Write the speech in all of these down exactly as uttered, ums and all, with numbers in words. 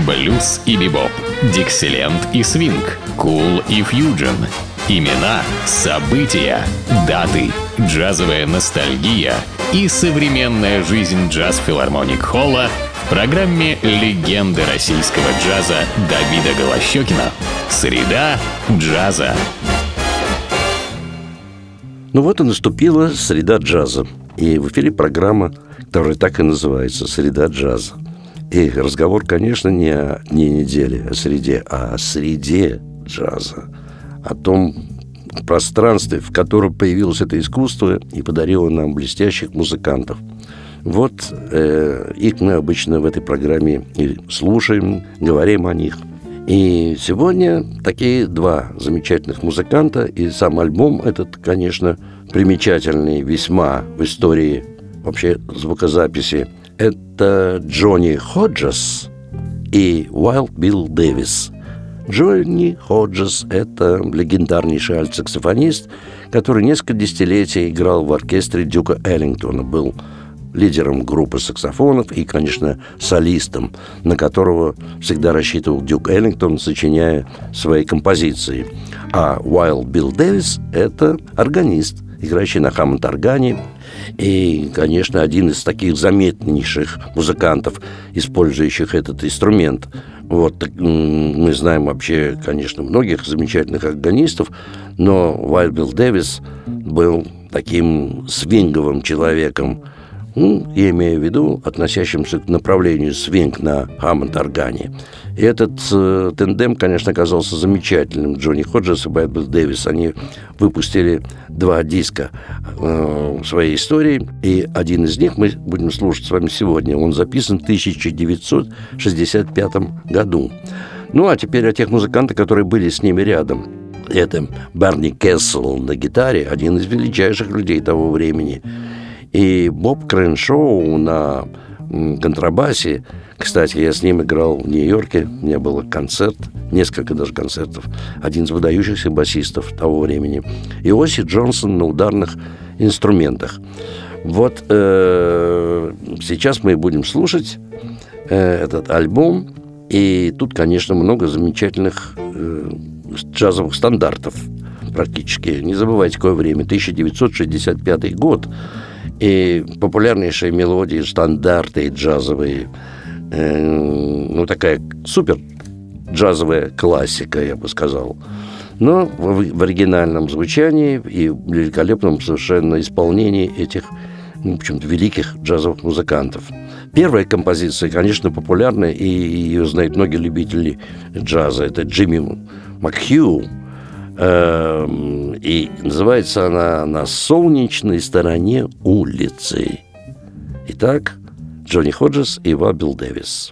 Блюз и бибоп, диксиленд и свинг, кул и фьюджен. Имена, события, даты, джазовая ностальгия и современная жизнь джаз-филармоник Холла в программе «Легенды российского джаза» Давида Голощёкина. Среда джаза. Ну вот и наступила среда джаза. И в эфире программа, которая так и называется «Среда джаза». И разговор, конечно, не о дне недели, о среде, а о среде джаза. О том пространстве, в котором появилось это искусство и подарило нам блестящих музыкантов. Вот э, их мы обычно в этой программе и слушаем, говорим о них. И сегодня такие два замечательных музыканта. И сам альбом этот, конечно, примечательный весьма в истории вообще звукозаписи. Это Джонни Ходжес и Уайлд Билл Дэвис. Джонни Ходжес – это легендарнейший альт-саксофонист, который несколько десятилетий играл в оркестре Дюка Эллингтона, был лидером группы саксофонов и, конечно, солистом, на которого всегда рассчитывал Дюк Эллингтон, сочиняя свои композиции. А Уайлд Билл Дэвис – это органист, играющий на хаммонд-органе, и, конечно, один из таких заметнейших музыкантов, использующих этот инструмент. Вот мы знаем вообще, конечно, многих замечательных органистов, но Уайлд Билл Дэвис был таким свинговым человеком, ну, я имею в виду, относящимся к направлению свинг на хаммонд-органе. И этот э, тандем, конечно, оказался замечательным. Джонни Ходжес и Уайлд Билл Дэвис, они выпустили два диска э, в своей истории, и один из них мы будем слушать с вами сегодня. Он записан в тысяча девятьсот шестьдесят пятом году. Ну, а теперь о тех музыкантах, которые были с ними рядом. Это Барни Кессел на гитаре, один из величайших людей того времени. И Боб Креншоу на контрабасе. Кстати, я с ним играл в Нью-Йорке. У меня был концерт, несколько даже концертов. Один из выдающихся басистов того времени. И Оси Джонсон на ударных инструментах. Вот э, сейчас мы будем слушать э, этот альбом. И тут, конечно, много замечательных э, джазовых стандартов практически. Не забывайте, какое время. тысяча девятьсот шестьдесят пятый год. И популярнейшие мелодии, стандарты джазовые, э, ну, такая супер джазовая классика, я бы сказал. Но в, в оригинальном звучании и в великолепном совершенно исполнении этих, ну, в общем-то, великих джазовых музыкантов. Первая композиция, конечно, популярная, и ее знают многие любители джаза. Это Джимми Макхью. И называется она «На солнечной стороне улицы». Итак, Джонни Ходжес и Уайлд Билл Дэвис.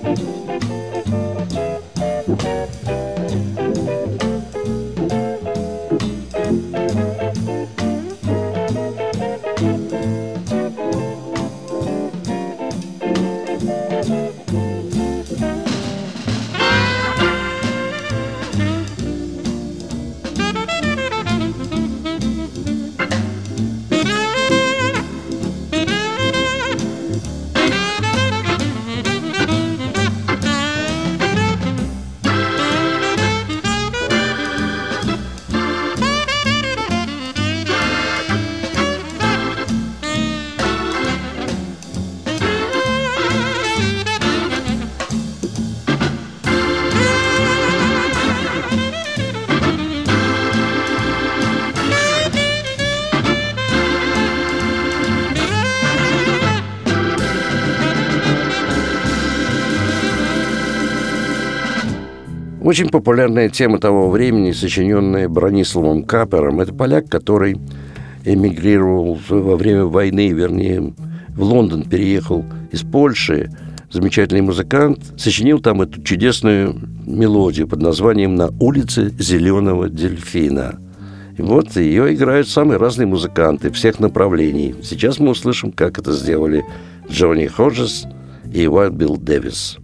Очень популярная тема того времени, сочиненная Брониславом Капером, это поляк, который эмигрировал во время войны, вернее, в Лондон переехал из Польши. Замечательный музыкант, сочинил там эту чудесную мелодию под названием «На улице зеленого дельфина». И вот ее играют самые разные музыканты всех направлений. Сейчас мы услышим, как это сделали Джонни Ходжес и Wild Bill Davis.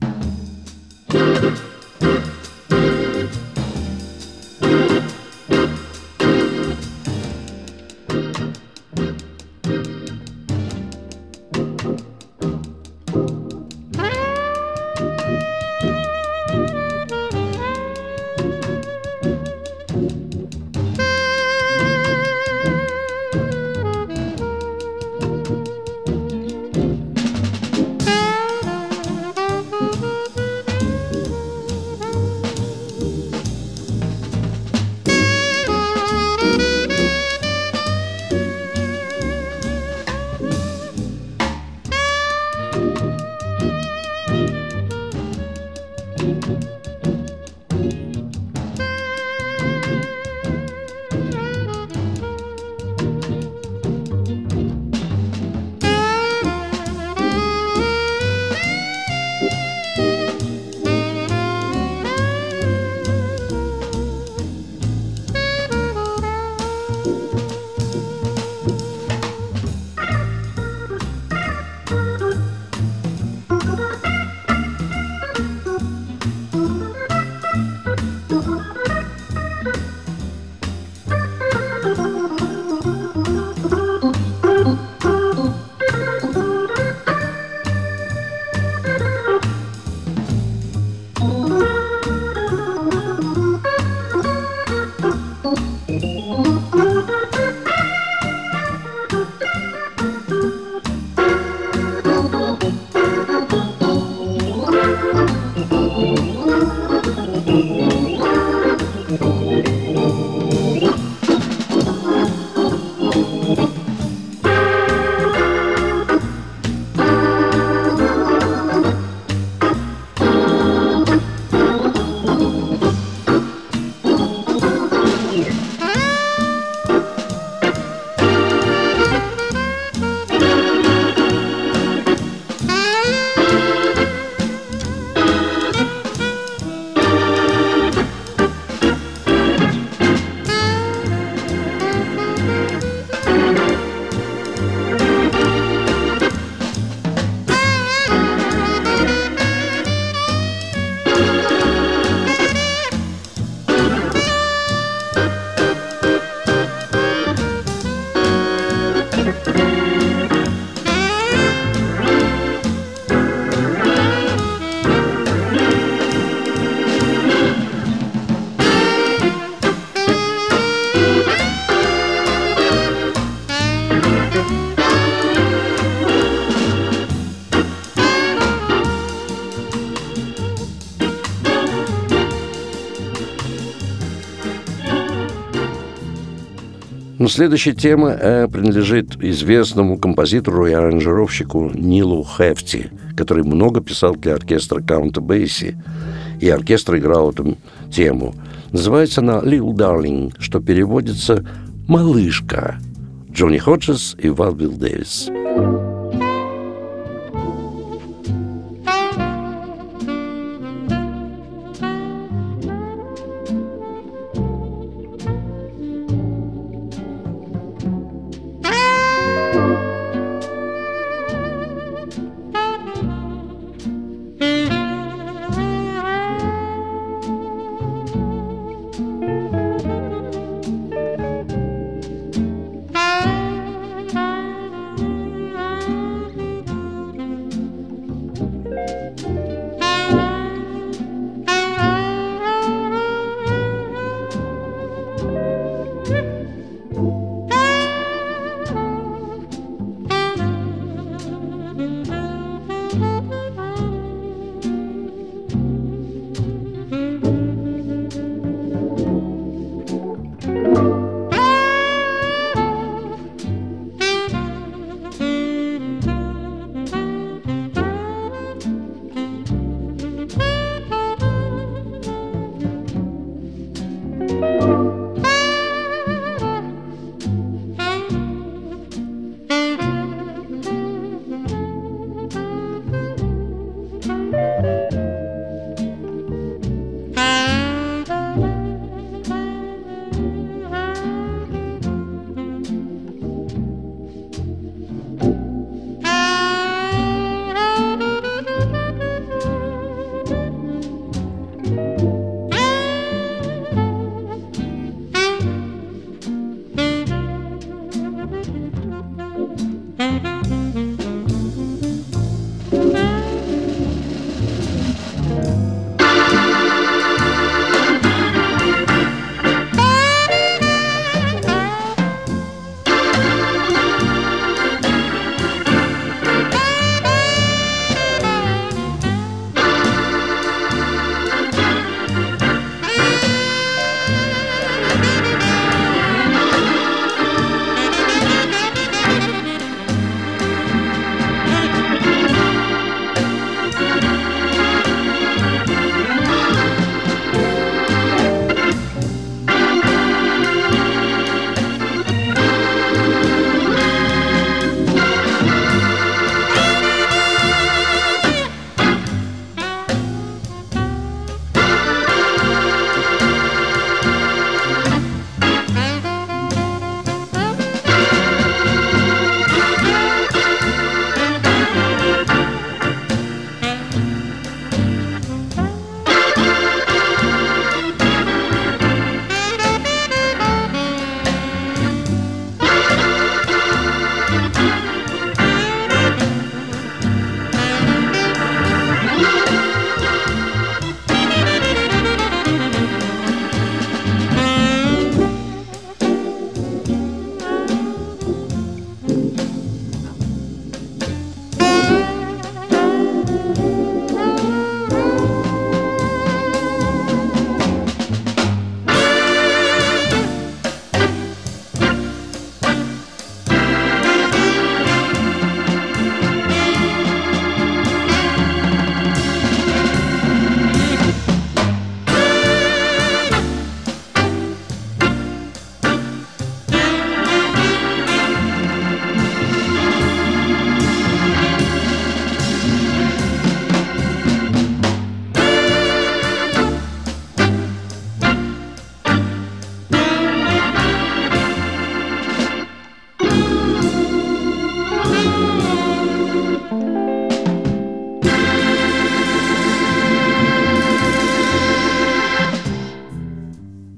Но следующая тема э, принадлежит известному композитору и аранжировщику Нилу Хефти, который много писал для оркестра Каунта Бейси, и оркестр играл эту тему. Называется она «Little Darling», что переводится «малышка». Джонни Ходжес и Wild Bill Davis.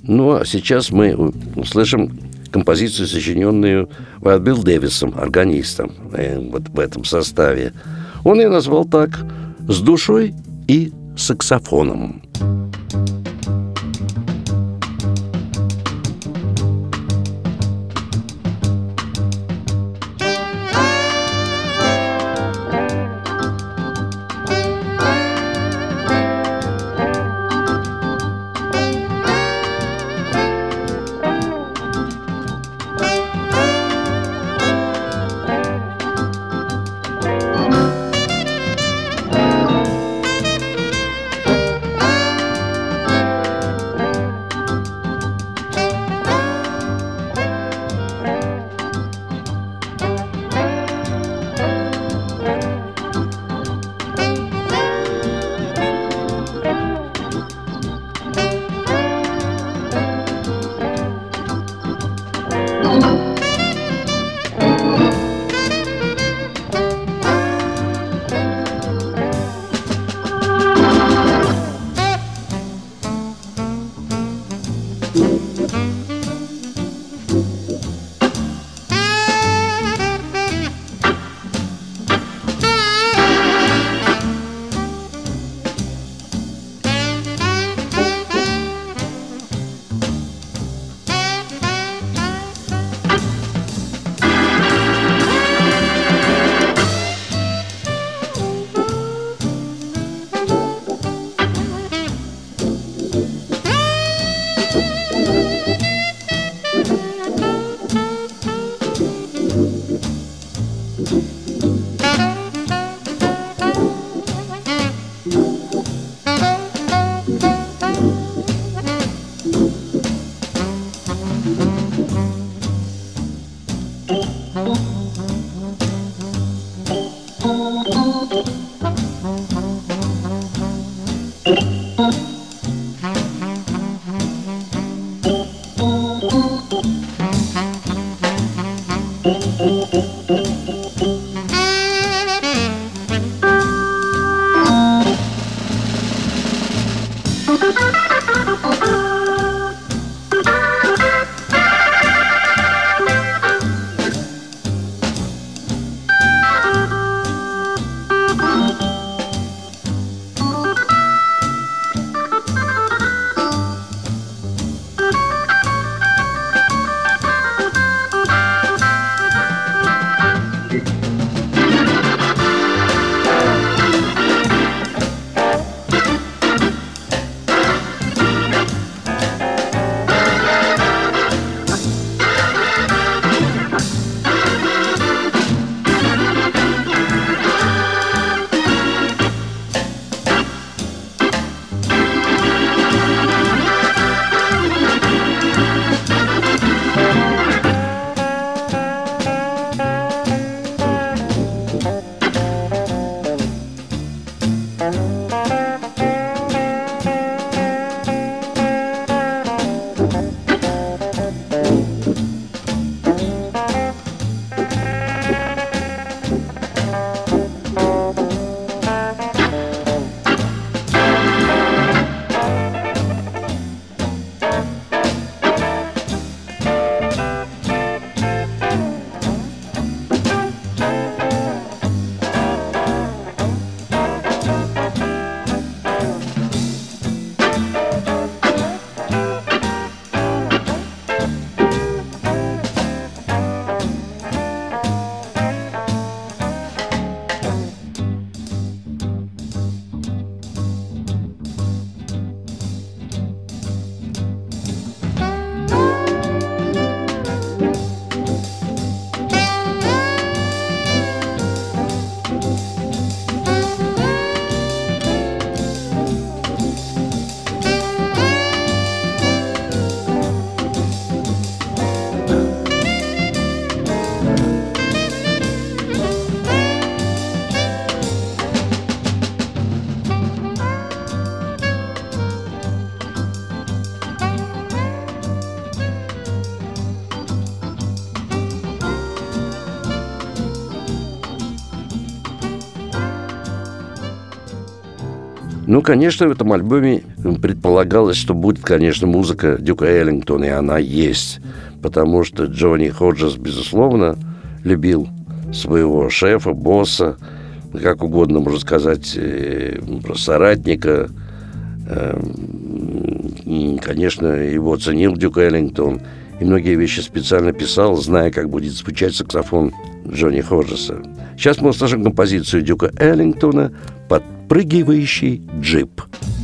Ну, а сейчас мы услышим композицию, сочиненную Уайлд Билл Дэвисом, органистом, вот в этом составе. Он ее назвал так: «С душой и саксофоном». Ну, конечно, в этом альбоме предполагалось, что будет, конечно, музыка Дюка Эллингтона, и она есть. Потому что Джонни Ходжес, безусловно, любил своего шефа, босса, как угодно можно сказать, соратника. И, конечно, его ценил Дюк Эллингтон. И многие вещи специально писал, зная, как будет звучать саксофон Джонни Ходжеса. Сейчас мы услышим композицию Дюка Эллингтона «Подпрыгивающий джип».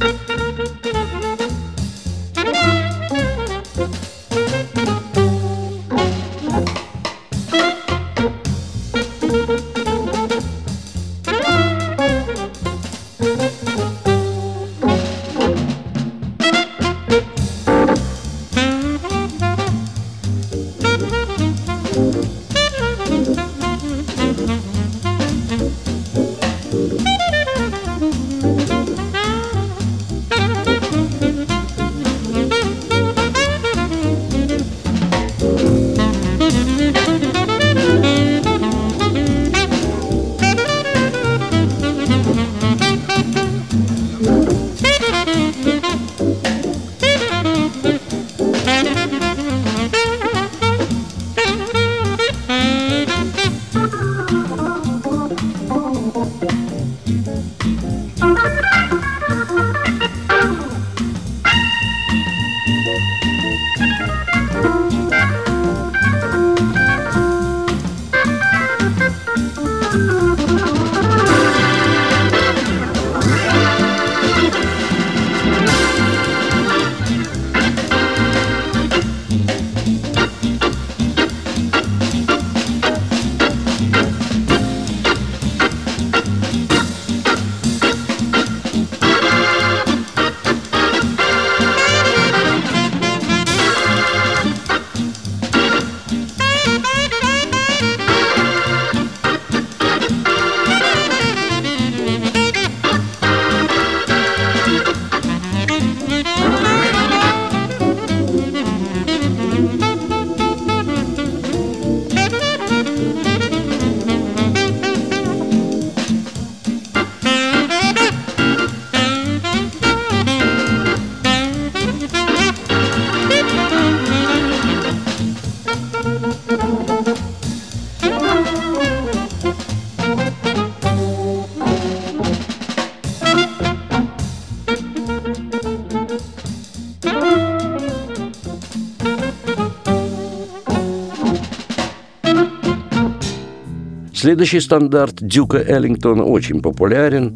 Следующий стандарт Дюка Эллингтона очень популярен,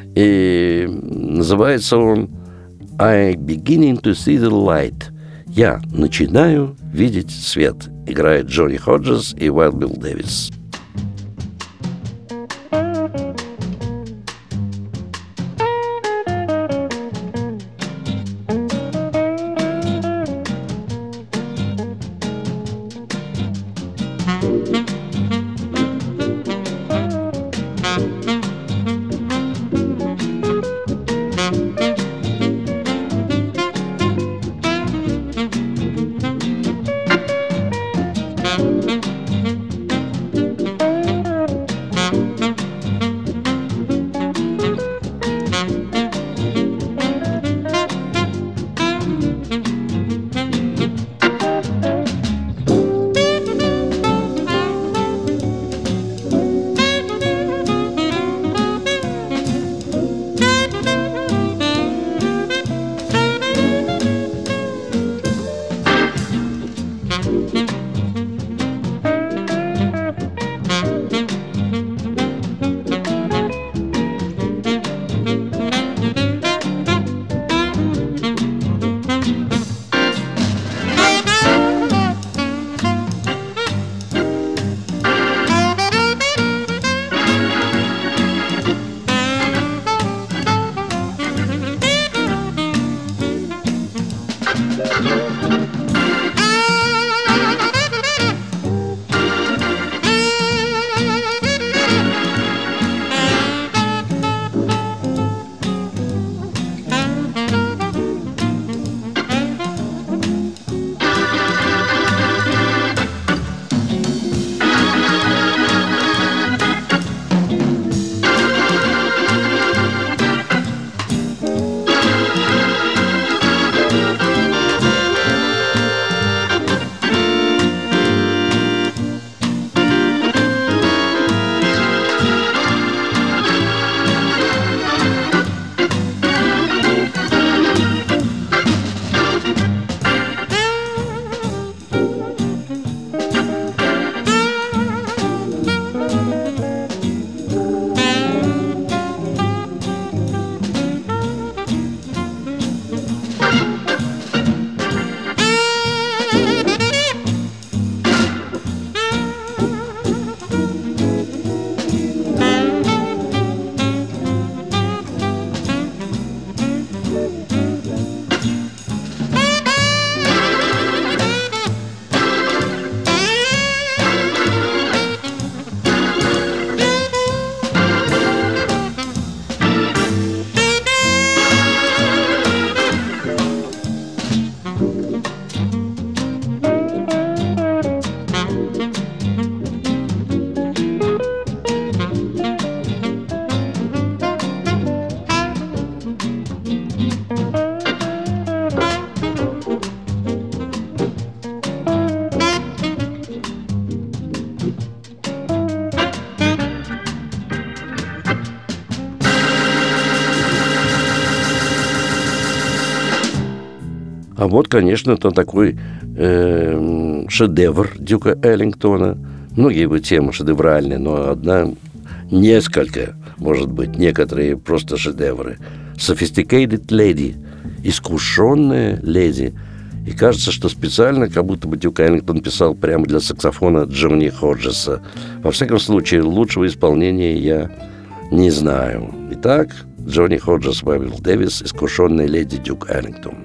и называется он «I'm beginning to see the light». «Я начинаю видеть свет». Играет Джонни Ходжес и Уайлд Билл Дэвис. А вот, конечно, это такой э, шедевр Дюка Эллингтона. Многие его темы шедевральные, но одна, несколько, может быть, некоторые просто шедевры. Sophisticated Lady, искушенная леди. И кажется, что специально, как будто бы Дюк Эллингтон писал прямо для саксофона Джонни Ходжеса. Во всяком случае, лучшего исполнения я не знаю. Итак, Джонни Ходжес, Павел Дэвис, искушенная леди Дюк Эллингтон.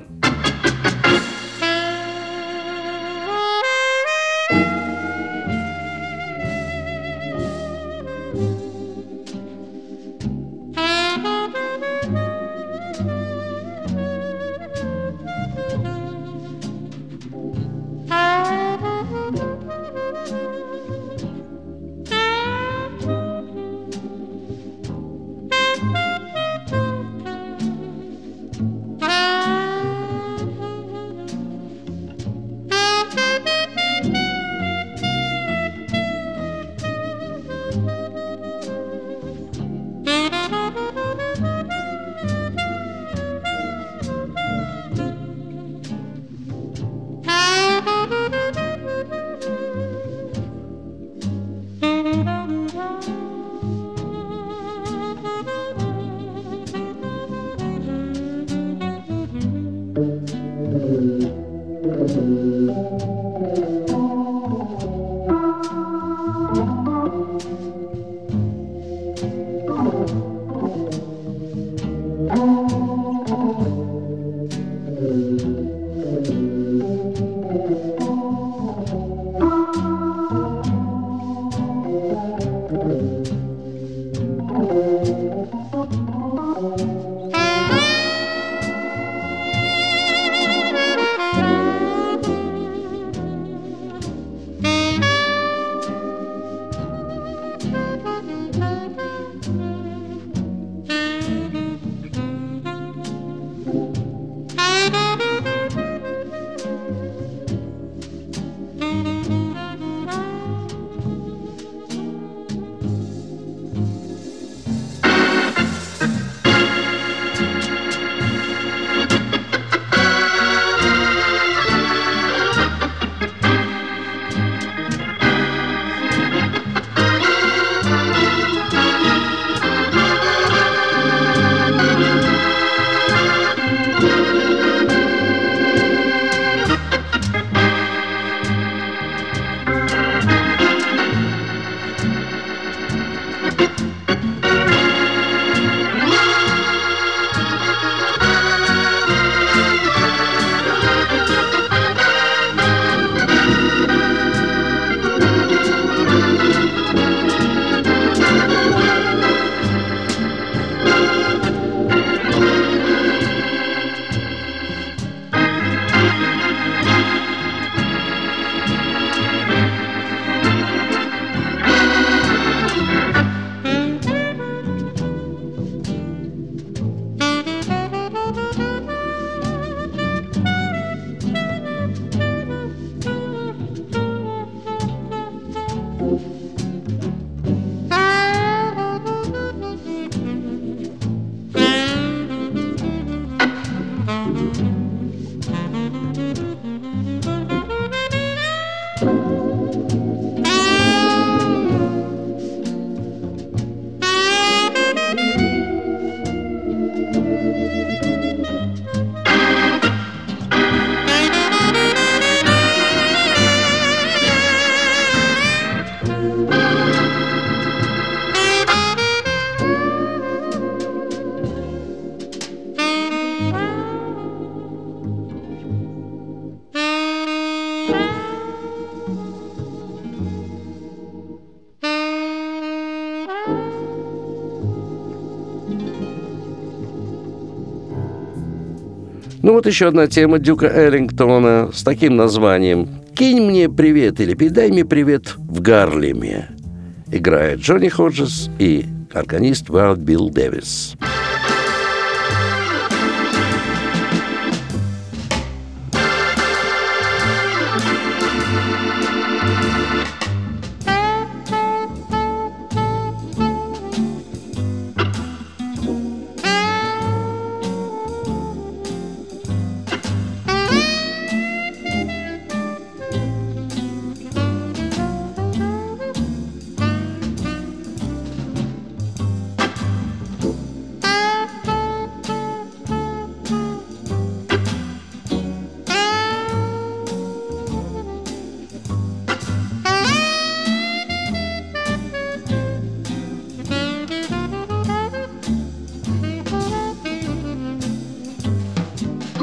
Ну вот еще одна тема Дюка Эллингтона с таким названием «Кинь мне привет» или «Передай мне привет в Гарлеме». Играет Джонни Ходжес и органист Уайлд Билл Дэвис.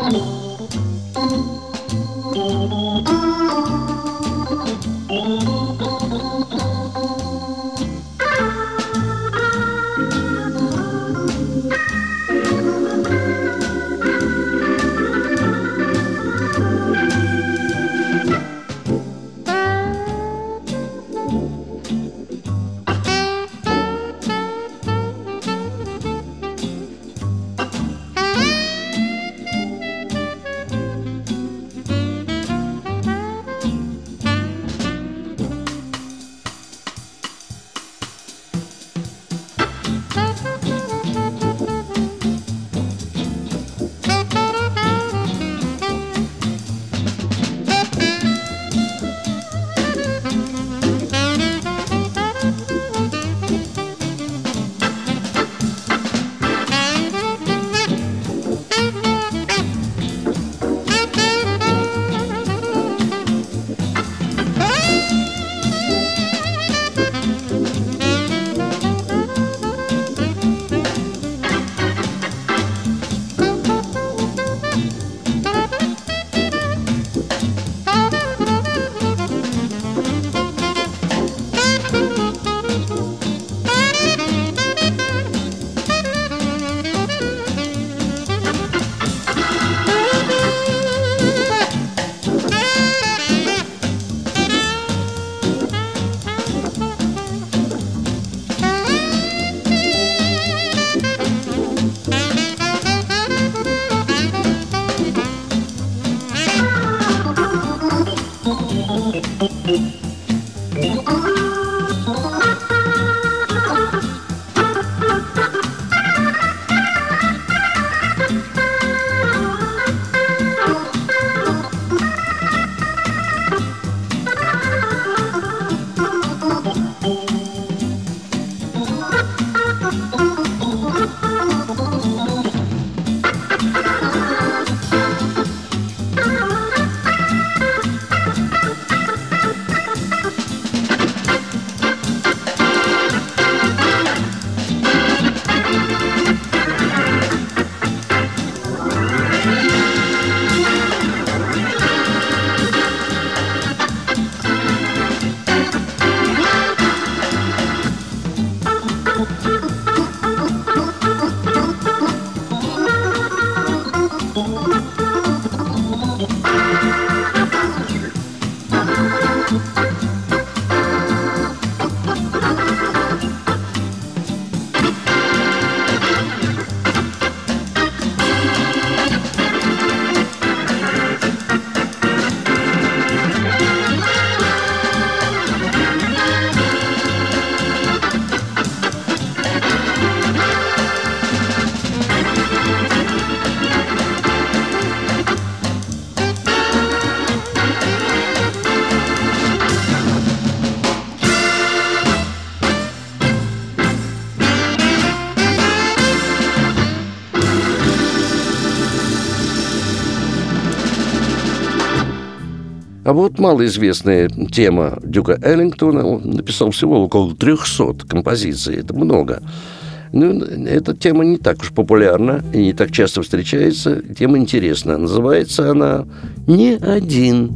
А вот малоизвестная тема Дюка Эллингтона, он написал всего около трехсот композиций, это много. Ну, эта тема не так уж популярна и не так часто встречается, тема интересная. Называется она «Не один».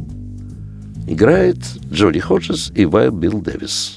Играет Джоди Ходжес и Вайл Билл Дэвис.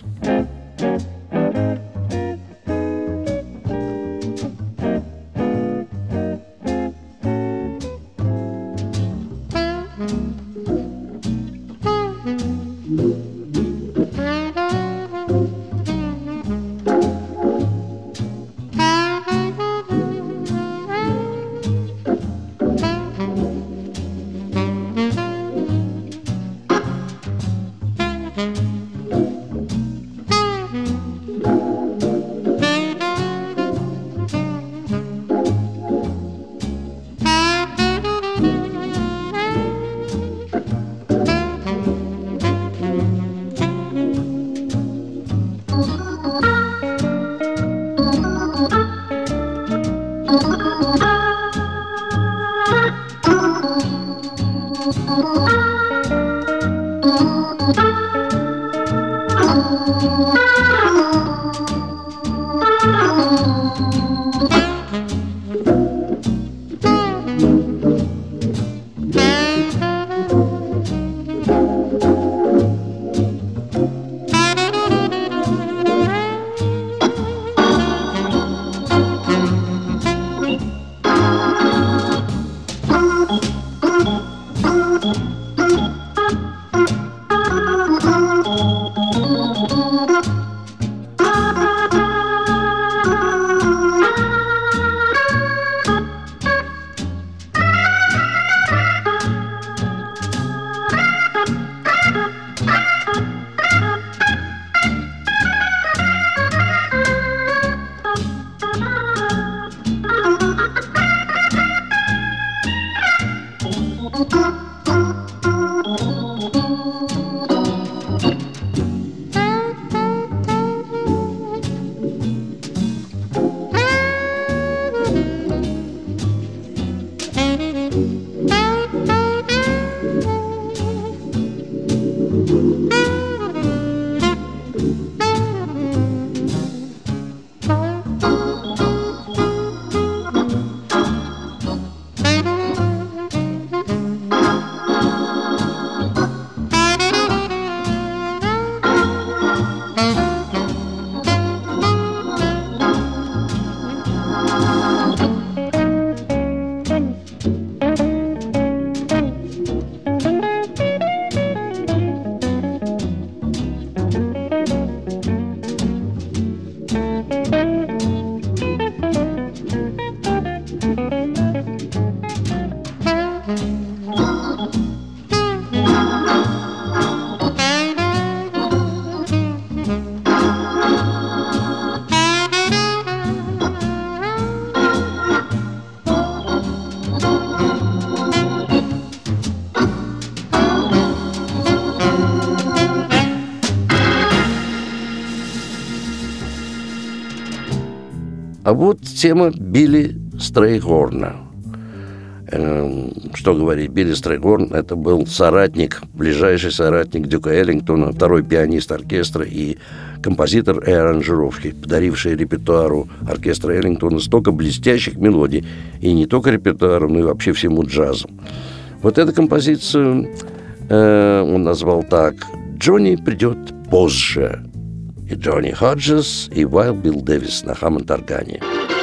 А вот тема Билли Стрейхорна. Что говорить, Билли Стрейхорн – это был соратник, ближайший соратник Дюка Эллингтона, второй пианист оркестра и композитор и аранжировки, подаривший репертуару оркестра Эллингтона столько блестящих мелодий, и не только репертуару, но и вообще всему джазу. Вот эту композицию э, он назвал так: «Джонни придет позже». И Джонни Ходжес, и Wild Bill Davis на Хаммонд-органе.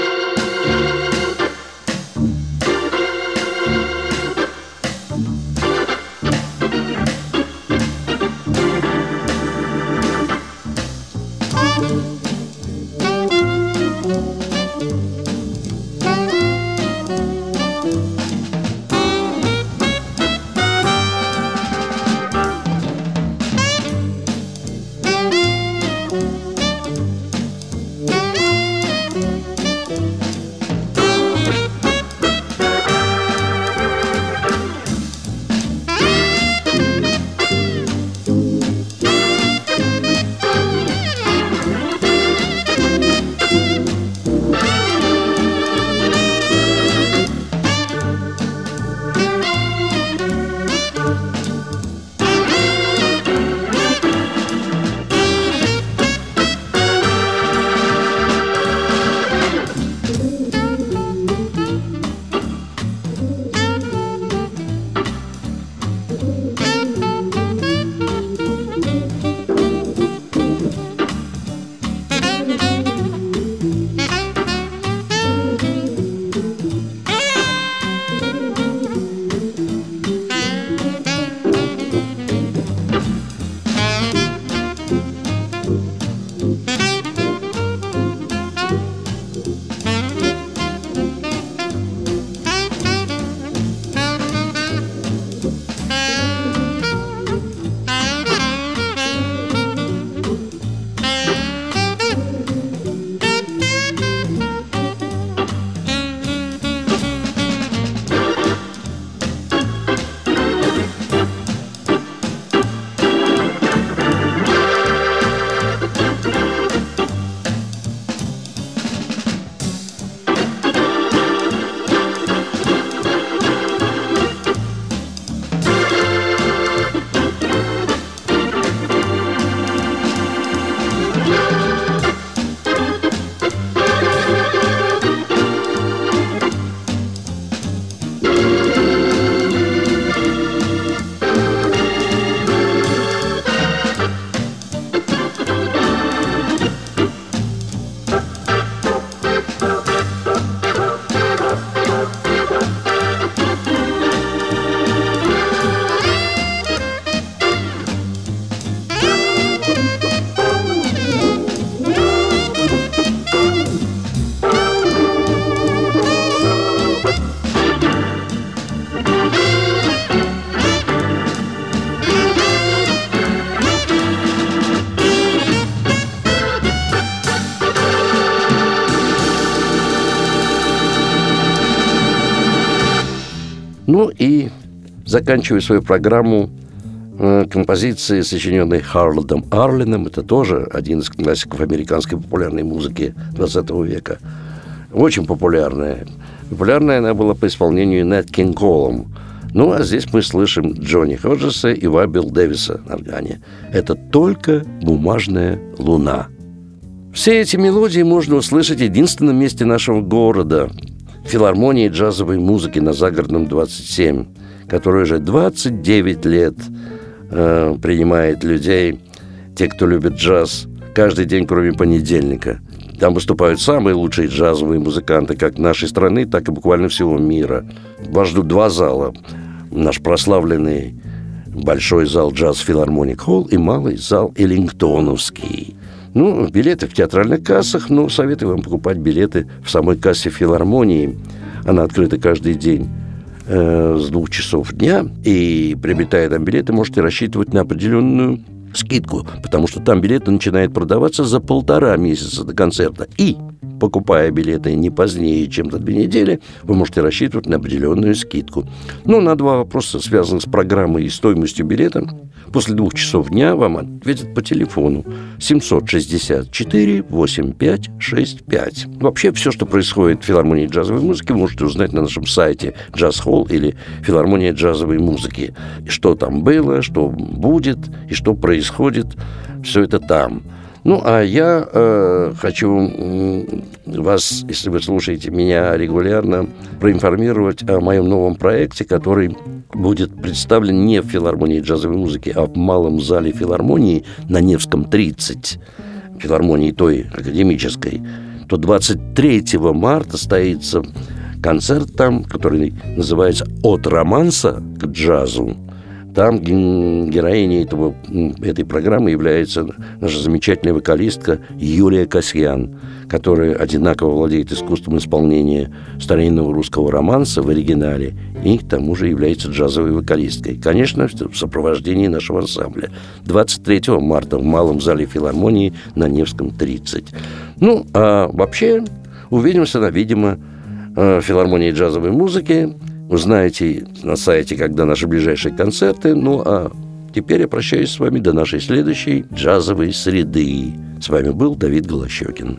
Ну и заканчиваю свою программу э, композицией, сочиненной Харлодом Арлином. Это тоже один из классиков американской популярной музыки двадцатого века. Очень популярная. Популярная она была по исполнению Нэт Кинг Колом. Ну, а здесь мы слышим Джонни Ходжеса и Wild Bill Дэвиса на органе. Это только бумажная луна. Все эти мелодии можно услышать в единственном месте нашего города – филармонии джазовой музыки на Загородном двадцать семь, которая уже двадцать девять лет э, принимает людей, те, кто любит джаз, каждый день, кроме понедельника. Там выступают самые лучшие джазовые музыканты как нашей страны, так и буквально всего мира. Вас ждут два зала. Наш прославленный большой зал «Джаз Филармоник Холл» и малый зал «Эллингтоновский». Ну, билеты в театральных кассах, но советую вам покупать билеты в самой кассе филармонии. Она открыта каждый день э, с двух часов дня. И, приобретая там билеты, можете рассчитывать на определенную скидку, потому что там билеты начинают продаваться за полтора месяца до концерта. И, покупая билеты не позднее, чем за две недели, вы можете рассчитывать на определенную скидку. Ну, на два вопроса, связанных с программой и стоимостью билета, После двух часов дня вам ответят по телефону семьсот шестьдесят четыре восемьдесят пять шестьдесят пять. Вообще, все, что происходит в филармонии джазовой музыки, вы можете узнать на нашем сайте Jazz Hall или филармония джазовой музыки. И что там было, что будет и что происходит, все это там. Ну, а я э, хочу э, вас, если вы слушаете меня регулярно, проинформировать о моем новом проекте, который будет представлен не в филармонии джазовой музыки, а в малом зале филармонии на Невском тридцать, филармонии той академической. То двадцать третьего марта состоится концерт там, который называется «От романса к джазу». Там героиней этого, этой программы является наша замечательная вокалистка Юлия Касьян, которая одинаково владеет искусством исполнения старинного русского романса в оригинале и к тому же является джазовой вокалисткой. Конечно, в сопровождении нашего ансамбля. двадцать третьего марта в малом зале филармонии на Невском тридцать. Ну, а вообще увидимся, видимо, в филармонии джазовой музыки. Узнаете на сайте, когда наши ближайшие концерты. Ну, а теперь я прощаюсь с вами до нашей следующей джазовой среды. С вами был Давид Голощёкин.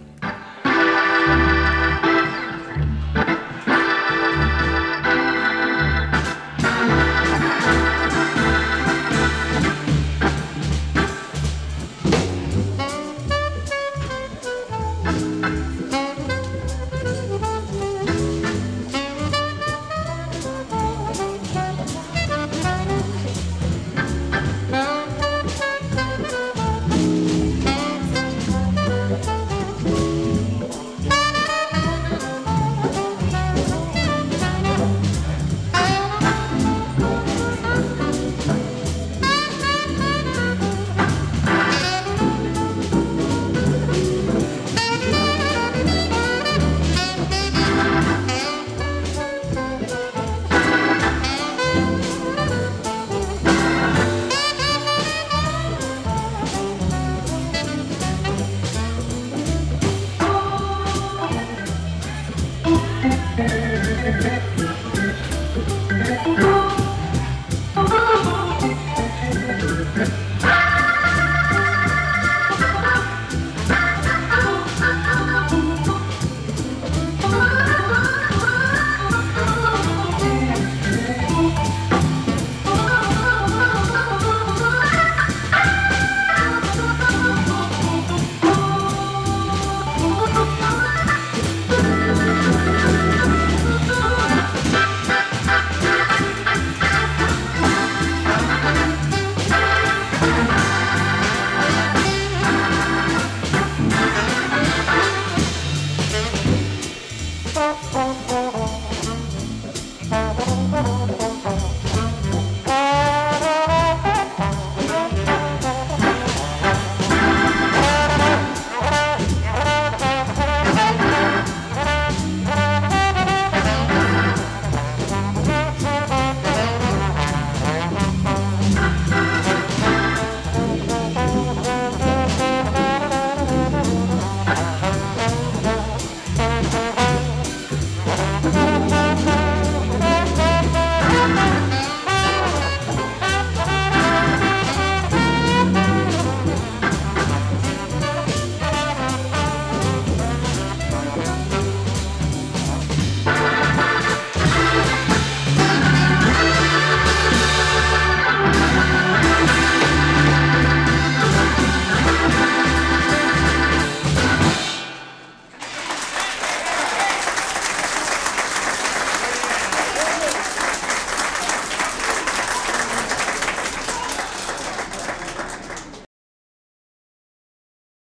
Thank you.